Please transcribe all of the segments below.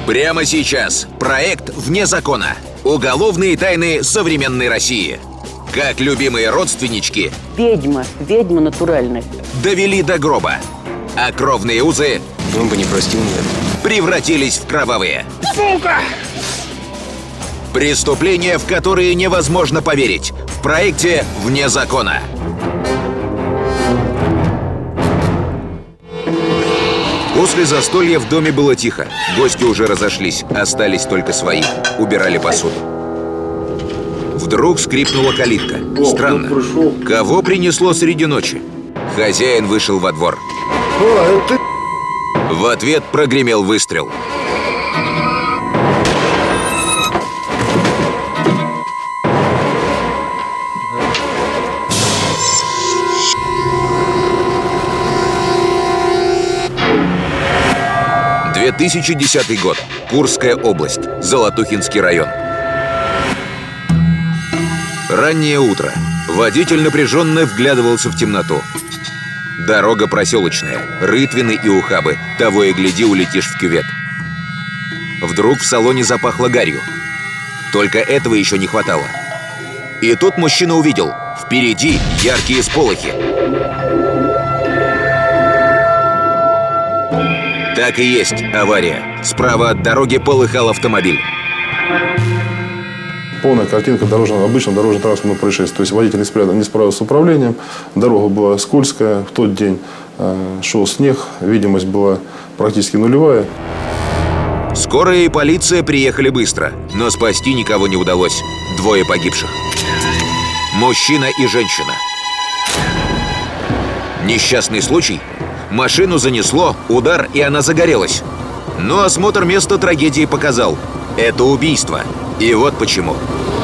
Прямо сейчас проект «Вне закона. Уголовные тайны современной России». Как любимые родственнички ведьма натуральная довели до гроба, а кровные узы он бы не простил меня. Превратились в кровавые. Сука! Преступления, в которые невозможно поверить. В проекте «Вне закона». После застолья в доме было тихо. Гости уже разошлись, остались только свои. Убирали посуду. Вдруг скрипнула калитка. Странно. Кого принесло среди ночи? Хозяин вышел во двор. В ответ прогремел выстрел. — 2010 год. Курская область. Золотухинский район. Раннее утро. Водитель напряженно вглядывался в темноту. Дорога проселочная. Рытвины и ухабы. Того и гляди, улетишь в кювет. Вдруг в салоне запахло гарью. Только этого еще не хватало. И тут мужчина увидел. Впереди яркие сполохи. Так и есть авария. Справа от дороги полыхал автомобиль. Полная картинка обычного дорожно-транспортного происшествия. То есть водитель не справился с управлением, дорога была скользкая, в тот день шел снег, видимость была практически нулевая. Скорая и полиция приехали быстро, но спасти никого не удалось. 2 погибших. Мужчина и женщина. Несчастный случай? Машину занесло, удар, и она загорелась. Но осмотр места трагедии показал – это убийство. И вот почему.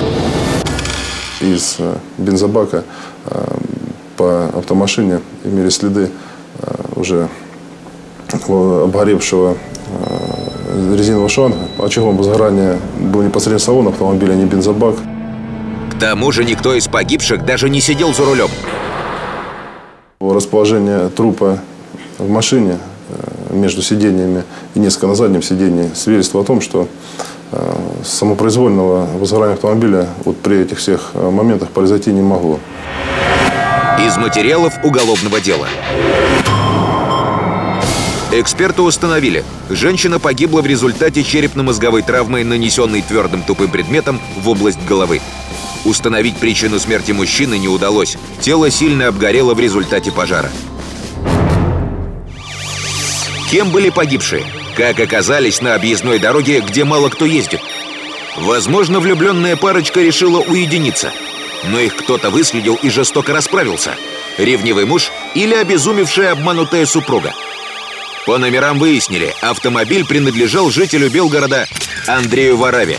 Из бензобака по автомашине имели следы уже обгоревшего резинового шланга. Очагом возгорания был непосредственно салон автомобиля, а не бензобак. К тому же никто из погибших даже не сидел за рулем. Расположение трупа в машине между сиденьями и несколько на заднем сиденье свидетельствует о том, что самопроизвольного возгорания автомобиля вот при этих всех моментах произойти не могло. Из материалов уголовного дела. Эксперты установили, женщина погибла в результате черепно-мозговой травмы, нанесенной твердым тупым предметом в область головы. Установить причину смерти мужчины не удалось. Тело сильно обгорело в результате пожара. Кем были погибшие? Как оказались на объездной дороге, где мало кто ездит? Возможно, влюбленная парочка решила уединиться. Но их кто-то выследил и жестоко расправился. Ревнивый муж или обезумевшая обманутая супруга? По номерам выяснили, автомобиль принадлежал жителю Белгорода Андрею Вараве.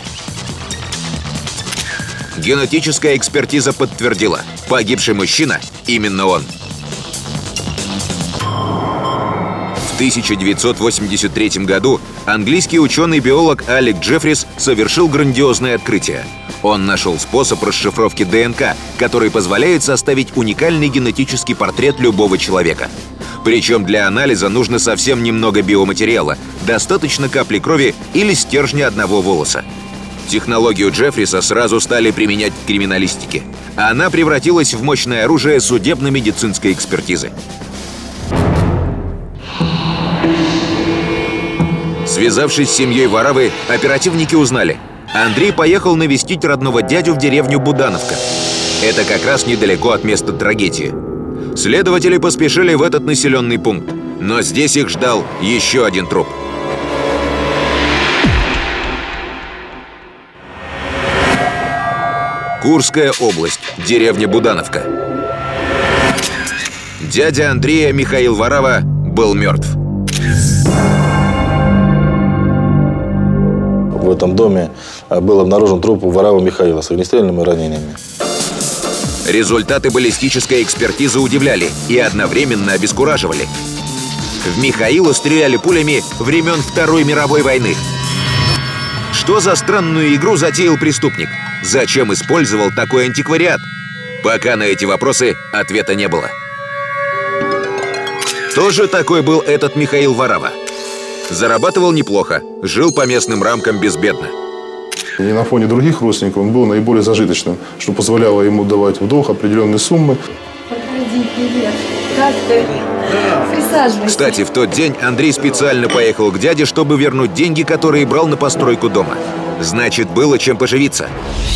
Генетическая экспертиза подтвердила, погибший мужчина именно он. В 1983 году английский ученый-биолог Алек Джеффрис совершил грандиозное открытие. Он нашел способ расшифровки ДНК, который позволяет составить уникальный генетический портрет любого человека. Причем для анализа нужно совсем немного биоматериала, достаточно капли крови или стержня одного волоса. Технологию Джеффриса сразу стали применять в криминалистике. Она превратилась в мощное оружие судебно-медицинской экспертизы. Связавшись с семьей Варавы, оперативники узнали. Андрей поехал навестить родного дядю в деревню Будановка. Это как раз недалеко от места трагедии. Следователи поспешили в этот населенный пункт. Но здесь их ждал еще один труп. Курская область, деревня Будановка. Дядя Андрея, Михаил Варава, был мертв. В этом доме был обнаружен труп Варава Михаила с огнестрельными ранениями. Результаты баллистической экспертизы удивляли и одновременно обескураживали. В Михаила стреляли пулями времен Второй мировой войны. Что за странную игру затеял преступник? Зачем использовал такой антиквариат? Пока на эти вопросы ответа не было. Кто же такой был этот Михаил Варава? Зарабатывал неплохо, жил по местным рамкам безбедно. И на фоне других родственников он был наиболее зажиточным, что позволяло ему давать в долг определенные суммы. Проходи, привет. Как ты? Присаживайся. Кстати, в тот день Андрей специально поехал к дяде, чтобы вернуть деньги, которые брал на постройку дома. Значит, было чем поживиться.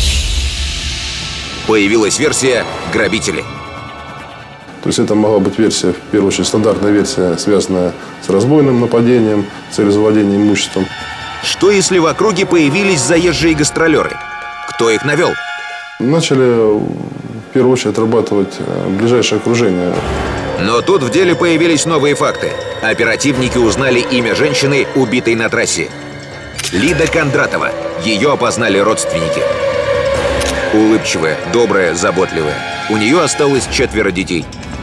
Появилась версия «Грабители». То есть это могла быть версия, в первую очередь, стандартная версия, связанная с разбойным нападением, целью завладения имуществом. Что если в округе появились заезжие гастролеры? Кто их навел? Начали, в первую очередь, отрабатывать ближайшее окружение. Но тут в деле появились новые факты. Оперативники узнали имя женщины, убитой на трассе. Лида Кондратова. Ее опознали родственники. Улыбчивая, добрая, заботливая. У нее осталось 4 детей.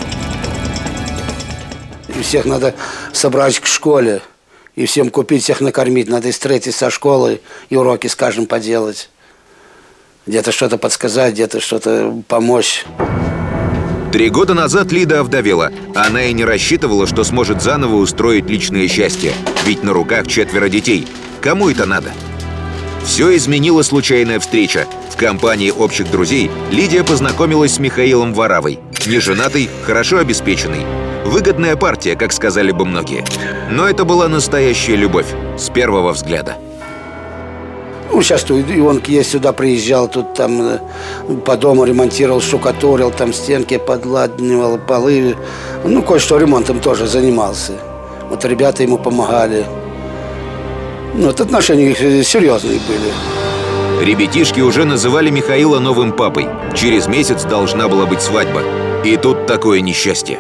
Всех надо собрать к школе. И всем купить, всех накормить. Надо встретить со школы и уроки, скажем, поделать. Где-то что-то подсказать, где-то что-то помочь. 3 года назад Лида овдовела. Она и не рассчитывала, что сможет заново устроить личное счастье. Ведь на руках 4 детей. Кому это надо? Все изменила случайная встреча. В компании общих друзей Лидия познакомилась с Михаилом Варавой. Неженатый, хорошо обеспеченный. Выгодная партия, как сказали бы многие. Но это была настоящая любовь. С первого взгляда. Ну, сейчас и он есть сюда приезжал, тут там по дому ремонтировал, штукатурил, там стенки подладнивал, полы. Ну, кое-что ремонтом тоже занимался. Вот ребята ему помогали. Ну, вот отношения их серьезные были. Ребятишки уже называли Михаила новым папой. Через месяц должна была быть свадьба. И тут такое несчастье.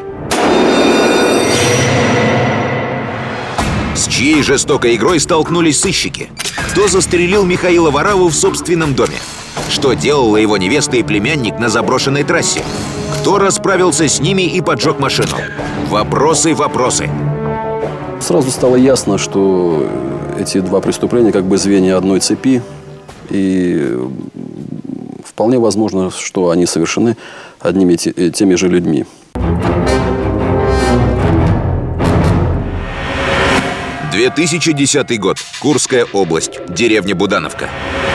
С чьей жестокой игрой столкнулись сыщики? Кто застрелил Михаила Вараву в собственном доме? Что делала его невеста и племянник на заброшенной трассе? Кто расправился с ними и поджег машину? Вопросы, вопросы. Сразу стало ясно, что эти 2 преступления как бы звенья одной цепи. И вполне возможно, что они совершены одними и теми же людьми. — 2010 год. Курская область. Деревня Будановка.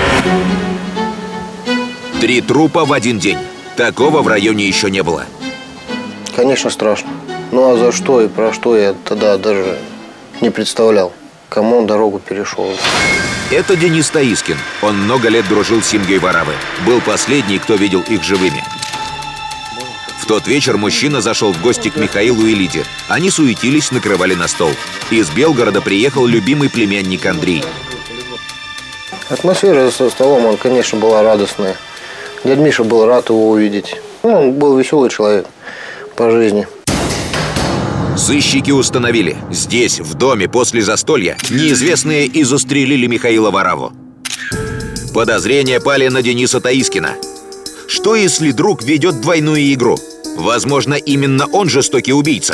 3 трупа в один день. Такого в районе еще не было. Конечно, страшно. Ну а за что и про что я тогда даже не представлял. Кому он дорогу перешел. Это Денис Таискин. Он много лет дружил с семьей Варавы. Был последний, кто видел их живыми. В тот вечер мужчина зашел в гости к Михаилу и Лиде. Они суетились, накрывали на стол. Из Белгорода приехал любимый племянник Андрей. Атмосфера за столом, он, конечно, была радостная. Дядь Миша был рад его увидеть. Ну, он был веселый человек по жизни. Сыщики установили, здесь, в доме, после застолья, неизвестные и застрелили Михаила Вараву. Подозрения пали на Дениса Таискина. Что, если друг ведет двойную игру? Возможно, именно он жестокий убийца.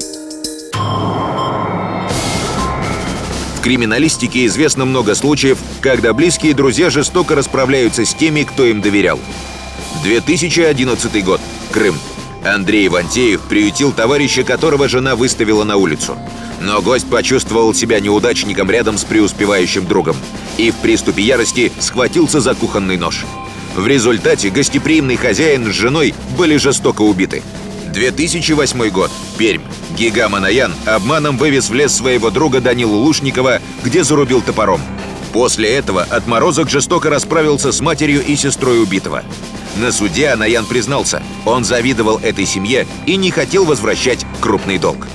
В криминалистике известно много случаев, когда близкие друзья жестоко расправляются с теми, кто им доверял. 2011 год. Крым. Андрей Ивантеев приютил товарища, которого жена выставила на улицу. Но гость почувствовал себя неудачником рядом с преуспевающим другом и в приступе ярости схватился за кухонный нож. В результате гостеприимный хозяин с женой были жестоко убиты. 2008 год. Пермь. Гигам Анаян обманом вывез в лес своего друга Данилу Лушникова, где зарубил топором. После этого отморозок жестоко расправился с матерью и сестрой убитого. На суде Анаян признался, он завидовал этой семье и не хотел возвращать крупный долг.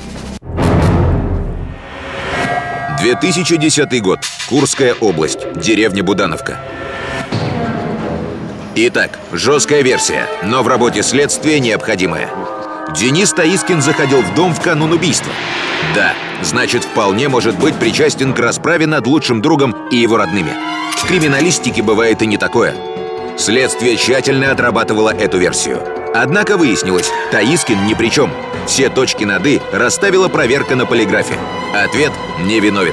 2010 год. Курская область. Деревня Будановка. Итак, жесткая версия, но в работе следствия необходимая. Денис Таискин заходил в дом в канун убийства. Да, значит, вполне может быть причастен к расправе над лучшим другом и его родными. В криминалистике бывает и не такое. Следствие тщательно отрабатывало эту версию. Однако выяснилось, Таискин ни при чем. Все точки над «и» расставила проверка на полиграфе. Ответ – невиновен.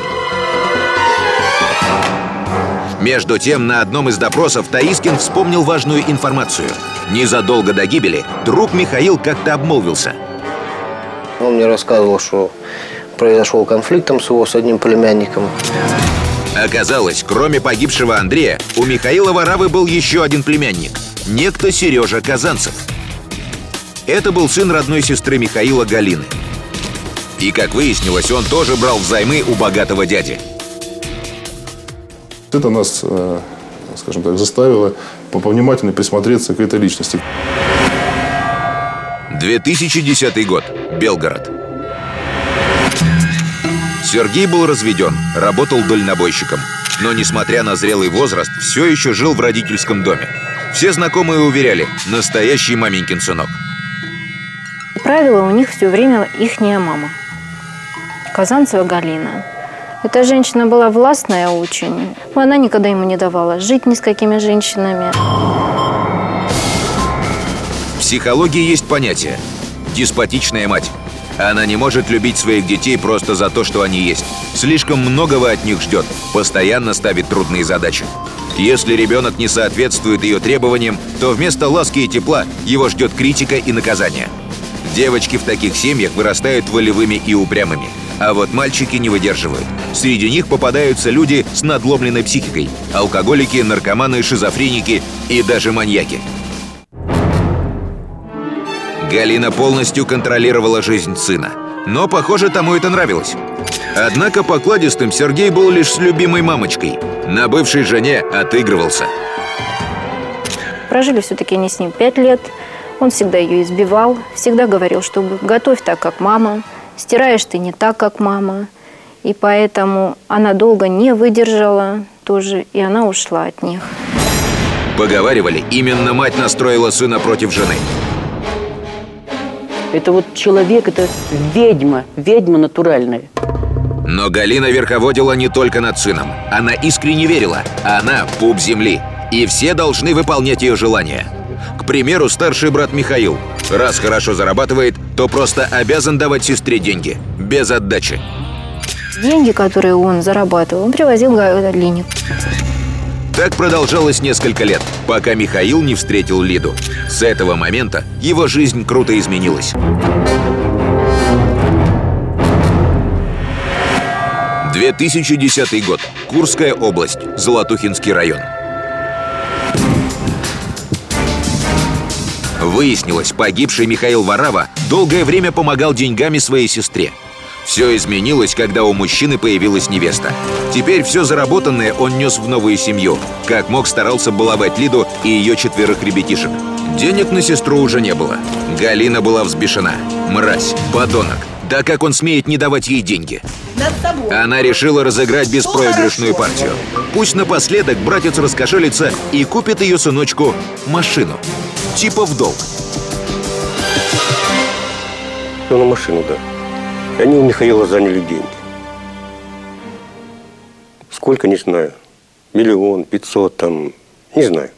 Между тем, на одном из допросов Таискин вспомнил важную информацию. Незадолго до гибели друг Михаил как-то обмолвился. Он мне рассказывал, что произошел конфликт там с одним племянником. Оказалось, кроме погибшего Андрея, у Михаила Варавы был еще один племянник – некто Сережа Казанцев. Это был сын родной сестры Михаила Галины. И, как выяснилось, он тоже брал взаймы у богатого дяди. Это нас, скажем так, заставило повнимательнее присмотреться к этой личности. 2010 год. Белгород. Сергей был разведен, работал дальнобойщиком. Но, несмотря на зрелый возраст, все еще жил в родительском доме. Все знакомые уверяли – настоящий маменькин сынок. Правило, у них все время ихняя мама. Казанцева Галина. Эта женщина была властная очень. Она никогда ему не давала жить ни с какими женщинами. В психологии есть понятие – деспотичная мать. Она не может любить своих детей просто за то, что они есть. Слишком многого от них ждет, постоянно ставит трудные задачи. Если ребенок не соответствует ее требованиям, то вместо ласки и тепла его ждет критика и наказание. Девочки в таких семьях вырастают волевыми и упрямыми. А вот мальчики не выдерживают. Среди них попадаются люди с надломленной психикой. Алкоголики, наркоманы, шизофреники и даже маньяки. Галина полностью контролировала жизнь сына. Но, похоже, тому это нравилось. Однако покладистым Сергей был лишь с любимой мамочкой. На бывшей жене отыгрывался. Прожили все-таки они с ним 5 лет. Он всегда ее избивал, всегда говорил, что готовь так, как мама, стираешь ты не так, как мама. И поэтому она долго не выдержала тоже, и она ушла от них. Поговаривали, именно мать настроила сына против жены. Это вот человек, это ведьма натуральная. Но Галина верховодила не только над сыном. Она искренне верила, она – пуп земли. И все должны выполнять ее желания. К примеру, старший брат Михаил. Раз хорошо зарабатывает, то просто обязан давать сестре деньги. Без отдачи. Деньги, которые он зарабатывал, он привозил Галине. Так продолжалось несколько лет, пока Михаил не встретил Лиду. С этого момента его жизнь круто изменилась. 2010 год. Курская область. Золотухинский район. Выяснилось, погибший Михаил Варава долгое время помогал деньгами своей сестре. Все изменилось, когда у мужчины появилась невеста. Теперь все заработанное он нес в новую семью. Как мог, старался баловать Лиду и ее 4 ребятишек. Денег на сестру уже не было. Галина была взбешена. Мразь, подонок. Да как он смеет не давать ей деньги? Она решила разыграть беспроигрышную партию. Пусть напоследок братец раскошелится и купит ее сыночку машину. Типа в долг. На машину, да. Они у Михаила заняли деньги. Сколько, не знаю. 1 500 000, там, не знаю.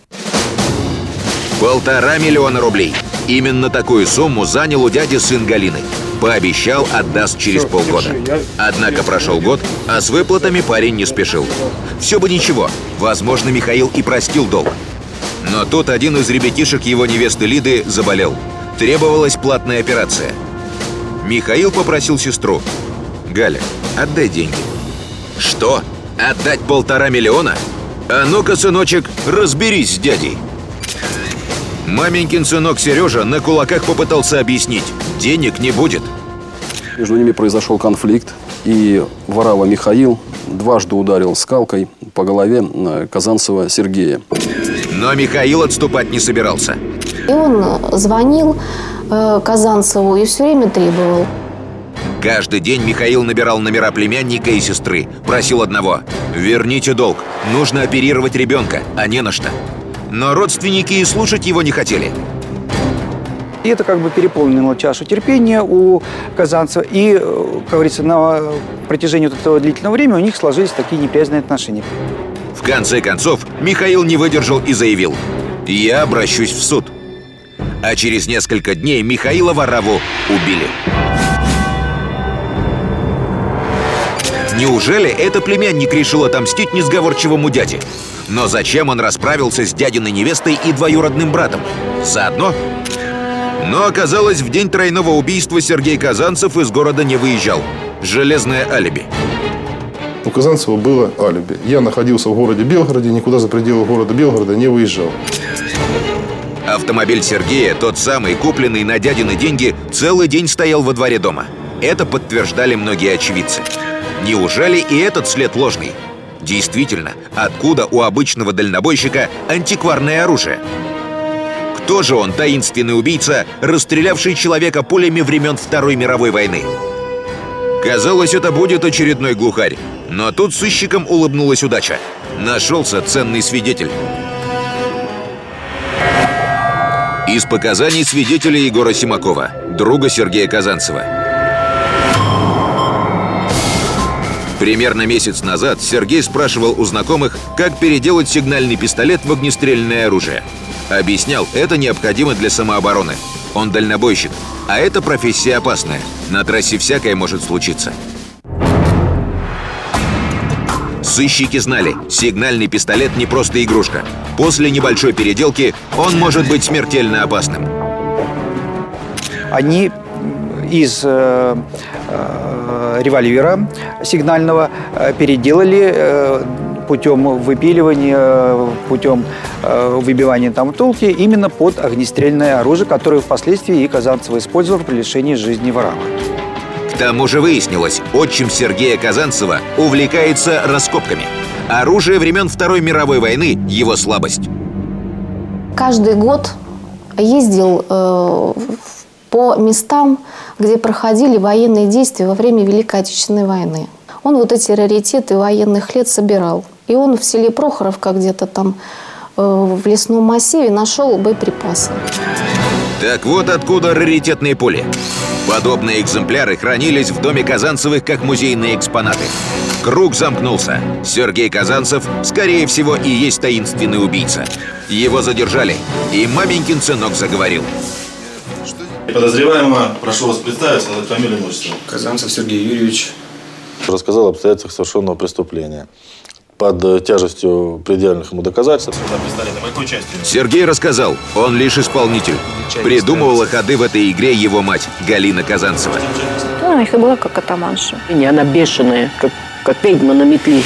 1,5 миллиона рублей. Именно такую сумму занял у дяди сын Галины. Пообещал, отдаст через полгода. Однако прошел год, а с выплатами парень не спешил. Все бы ничего, возможно, Михаил и простил долг. Но тут один из ребятишек его невесты Лиды заболел. Требовалась платная операция. Михаил попросил сестру: «Галя, отдай деньги». «Что? Отдать 1,5 миллиона? А ну-ка, сыночек, разберись с дядей». Маменькин сынок Сережа на кулаках попытался объяснить: денег не будет. Между ними произошел конфликт, и Варава Михаил дважды ударил скалкой по голове Казанцева Сергея. Но Михаил отступать не собирался. И он звонил Казанцеву и все время требовал. Каждый день Михаил набирал номера племянника и сестры. Просил одного: «Верните долг, нужно оперировать ребенка, а не на что». Но родственники и слушать его не хотели. И это как бы переполнило чашу терпения у Казанцева. И, как говорится, на протяжении вот этого длительного времени у них сложились такие неприязненные отношения. В конце концов, Михаил не выдержал и заявил: «Я обращусь в суд». А через несколько дней Михаила Вараву убили. Неужели это племянник решил отомстить несговорчивому дяде? Но зачем он расправился с дядиной невестой и двоюродным братом? Заодно? Но оказалось, в день тройного убийства Сергей Казанцев из города не выезжал. Железное алиби. У Казанцева было алиби. Я находился в городе Белгороде, никуда за пределы города Белгорода не выезжал. Автомобиль Сергея, тот самый, купленный на дядины деньги, целый день стоял во дворе дома. Это подтверждали многие очевидцы. Неужели и этот след ложный? Действительно, откуда у обычного дальнобойщика антикварное оружие? Кто же он, таинственный убийца, расстрелявший человека пулями времен Второй мировой войны? Казалось, это будет очередной глухарь. Но тут сыщикам улыбнулась удача. Нашелся ценный свидетель. Из показаний свидетеля Егора Симакова, друга Сергея Казанцева. Примерно месяц назад Сергей спрашивал у знакомых, как переделать сигнальный пистолет в огнестрельное оружие. Объяснял, это необходимо для самообороны. Он дальнобойщик, а это профессия опасная. На трассе всякое может случиться. Сыщики знали, сигнальный пистолет не просто игрушка. После небольшой переделки он может быть смертельно опасным. Они из револьвера сигнального переделали путем выпиливания, путем выбивания там втулки именно под огнестрельное оружие, которое впоследствии и Казанцев использовал при лишении жизни Варава. К тому же выяснилось, отчим Сергея Казанцева увлекается раскопками. Оружие времен Второй мировой войны – его слабость. Каждый год ездил по местам, где проходили военные действия во время Великой Отечественной войны. Он вот эти раритеты военных лет собирал. И он в селе Прохоровка, где-то там в лесном массиве, нашел боеприпасы. Так вот откуда раритетные пули. Подобные экземпляры хранились в доме Казанцевых как музейные экспонаты. Круг замкнулся. Сергей Казанцев, скорее всего, и есть таинственный убийца. Его задержали, и маменькин сынок заговорил. Подозреваемого, прошу вас представиться, назвать фамилию, имущество. Казанцев Сергей Юрьевич. Рассказал об обстоятельствах совершенного преступления. Под тяжестью предельных ему доказательств. Сергей рассказал, он лишь исполнитель. Придумывала ходы в этой игре его мать, Галина Казанцева. Ну, у них и была как атаманша. И она бешеная, как ведьма на метле.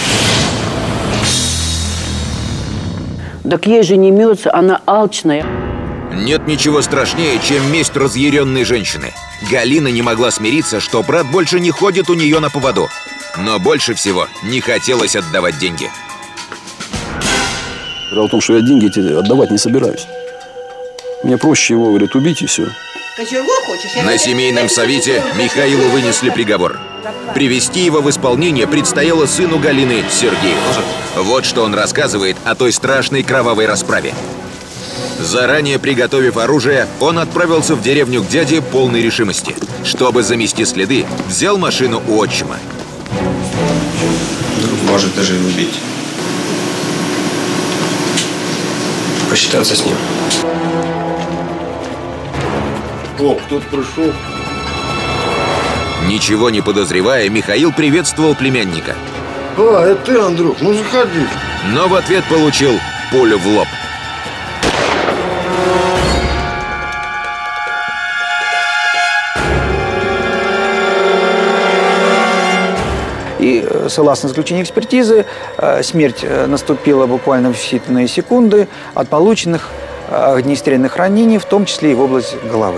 Так ей же не имется, она алчная. Нет ничего страшнее, чем месть разъяренной женщины. Галина не могла смириться, что брат больше не ходит у нее на поводу. Но больше всего не хотелось отдавать деньги. Дело в том, что я деньги эти отдавать не собираюсь. Мне проще его, говорит, убить и все. На семейном совете Михаилу вынесли приговор. Привести его в исполнение предстояло сыну Галины, Сергею. Вот что он рассказывает о той страшной кровавой расправе. Заранее приготовив оружие, он отправился в деревню к дяде полной решимости. Чтобы замести следы, взял машину у отчима. Может даже и убить. Посчитаться с ним. О, кто-то пришел. Ничего не подозревая, Михаил приветствовал племянника. А, это ты, Андрюх, ну заходи. Но в ответ получил пулю в лоб. И согласно заключению экспертизы, смерть наступила буквально в считанные секунды от полученных огнестрельных ранений, в том числе и в область головы.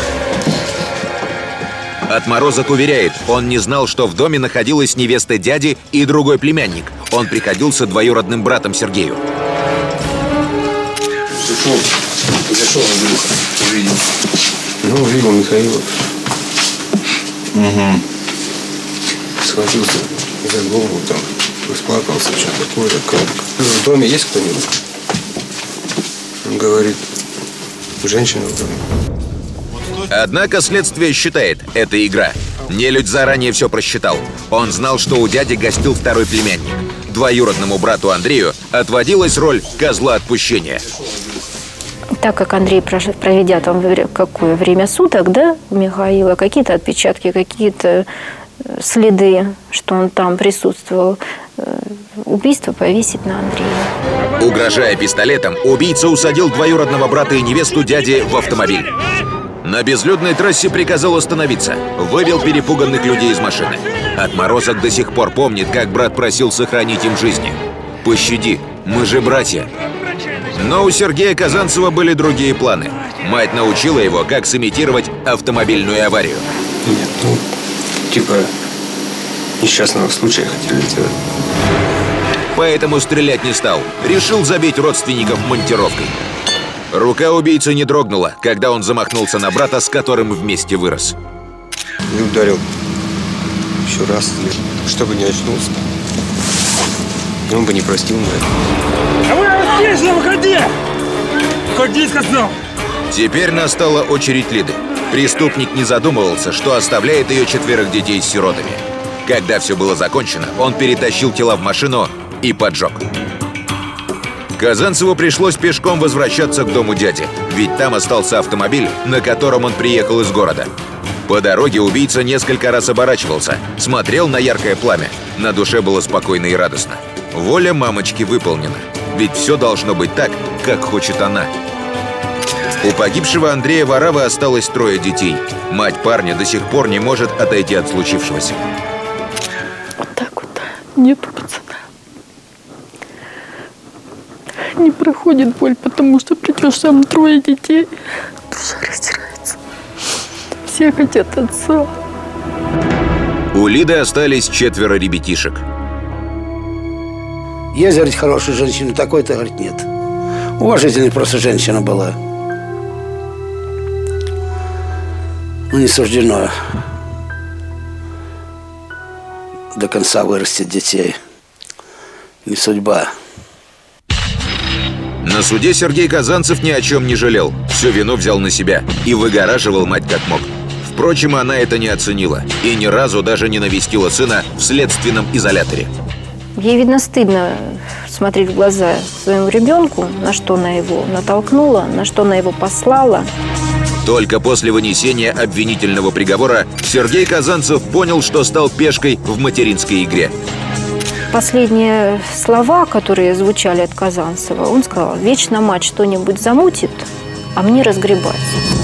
Отморозок уверяет, он не знал, что в доме находилась невеста дяди и другой племянник. Он приходился двоюродным братом Сергею. Зашел Андрюха, увидел. Ну, увидел Михаила. Угу. Схватился за голову, там, расплакался, что такое, как. В доме есть кто-нибудь? Он говорит, женщина в доме. Однако следствие считает, это игра. Нелюдь заранее все просчитал. Он знал, что у дяди гостил второй племянник. Двоюродному брату Андрею отводилась роль козла отпущения. Так как Андрей, проведя там какое время суток, да, у Михаила, какие-то отпечатки, какие-то следы, что он там присутствовал, убийство повесить на Андрея. Угрожая пистолетом, убийца усадил двоюродного брата и невесту дяди в автомобиль. На безлюдной трассе приказал остановиться, вывел перепуганных людей из машины. Отморозок до сих пор помнит, как брат просил сохранить им жизни. «Пощади, мы же братья». Но у Сергея Казанцева были другие планы. Мать научила его, как сымитировать автомобильную аварию. Нет, ну, типа несчастного случая хотели сделать. Поэтому стрелять не стал. Решил забить родственников монтировкой. Рука убийцы не дрогнула, когда он замахнулся на брата, с которым вместе вырос. И ударил еще раз, чтобы не очнулся. Он бы не простил меня. А вы отлично, выходи! Выходи, сказал! Теперь настала очередь Лиды. Преступник не задумывался, что оставляет ее 4 детей с сиротами. Когда все было закончено, он перетащил тела в машину и поджег. Казанцеву пришлось пешком возвращаться к дому дяди, ведь там остался автомобиль, на котором он приехал из города. По дороге убийца несколько раз оборачивался, смотрел на яркое пламя. На душе было спокойно и радостно. Воля мамочки выполнена, ведь все должно быть так, как хочет она. У погибшего Андрея Варавы осталось 3 детей. Мать парня до сих пор не может отойти от случившегося. Вот так вот нету пацана. Не проходит боль, потому что придешь сам 3 детей. Душа раздирается. Все хотят отца. У Лиды остались 4 ребятишек. Есть, говорит, хорошая женщина, такой-то, говорит, нет. Уважительная просто женщина была. Ну, не суждено до конца вырастить детей. Не судьба. На суде Сергей Казанцев ни о чем не жалел. Всю вину взял на себя и выгораживал мать как мог. Впрочем, она это не оценила и ни разу даже не навестила сына в следственном изоляторе. Ей, видно, стыдно смотреть в глаза своему ребенку, на что она его натолкнула, на что она его послала. Только после вынесения обвинительного приговора Сергей Казанцев понял, что стал пешкой в материнской игре. Последние слова, которые звучали от Казанцева, он сказал: «Вечно мать что-нибудь замутит, а мне разгребать».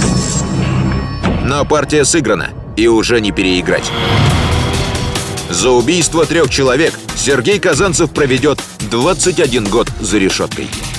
Но партия сыграна, и уже не переиграть. За убийство 3 человек Сергей Казанцев проведет 21 год за решеткой.